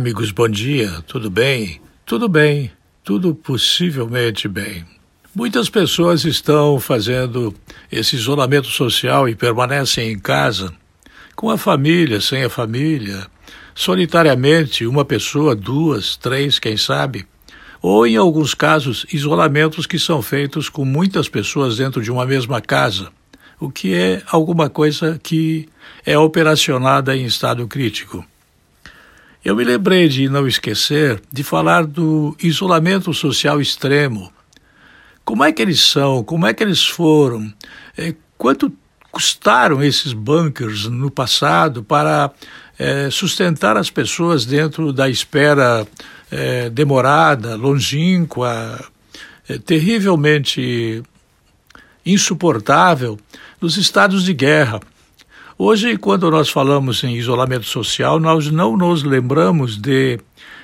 amigos, bom dia, tudo bem? Tudo bem, tudo possivelmente bem. Muitas pessoas estão fazendo esse isolamento social e permanecem em casa, com a família, sem a família, solitariamente, uma pessoa, duas, três, quem sabe, ou em alguns casos, isolamentos que são feitos com muitas pessoas dentro de uma mesma casa, o que é alguma coisa que é operacionada em estado crítico. Eu me lembrei de não esquecer de falar do isolamento social extremo. Como é que eles são? Como é que eles foram? Quanto custaram esses bunkers no passado para sustentar as pessoas dentro da espera demorada, longínqua, terrivelmente insuportável nos estados de guerra? Hoje, quando nós falamos em isolamento social, nós não nos lembramos de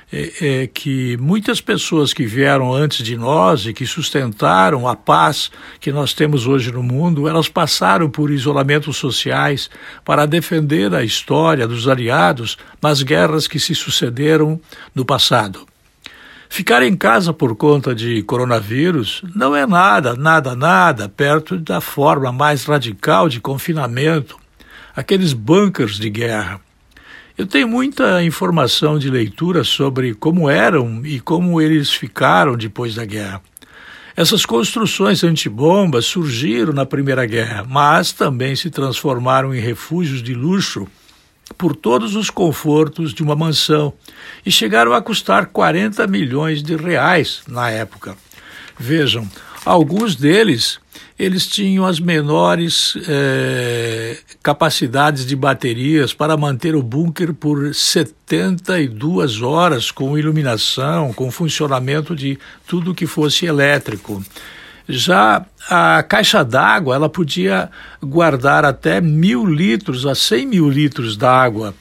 que muitas pessoas que vieram antes de nós e que sustentaram a paz que nós temos hoje no mundo, elas passaram por isolamentos sociais para defender a história dos aliados nas guerras que se sucederam no passado. Ficar em casa por conta de coronavírus não é nada perto da forma mais radical de confinamento, aqueles bunkers de guerra. Eu tenho muita informação de leitura sobre como eram e como eles ficaram depois da guerra. Essas construções antibombas surgiram na Primeira Guerra, mas também se transformaram em refúgios de luxo por todos os confortos de uma mansão e chegaram a custar 40 milhões de reais na época. Vejam, alguns deles, eles tinham as menores capacidades de baterias para manter o bunker por 72 horas com iluminação, com funcionamento de tudo que fosse elétrico. Já a caixa d'água, ela podia guardar até 1.000 litros a 100 mil litros d'água.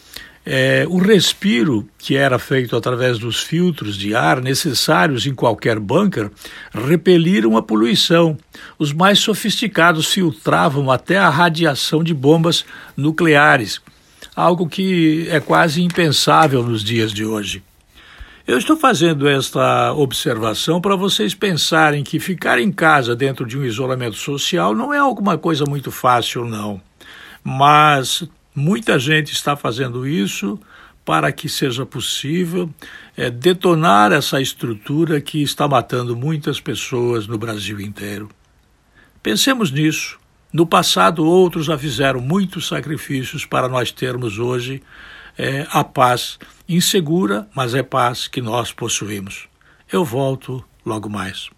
O respiro, que era feito através dos filtros de ar necessários em qualquer bunker, repeliram a poluição. Os mais sofisticados filtravam até a radiação de bombas nucleares, algo que é quase impensável nos dias de hoje. Eu estou fazendo esta observação para vocês pensarem que ficar em casa dentro de um isolamento social não é alguma coisa muito fácil, não. Mas muita gente está fazendo isso para que seja possível detonar essa estrutura que está matando muitas pessoas no Brasil inteiro. Pensemos nisso. No passado, outros já fizeram muitos sacrifícios para nós termos hoje a paz insegura, mas é paz que nós possuímos. Eu volto logo mais.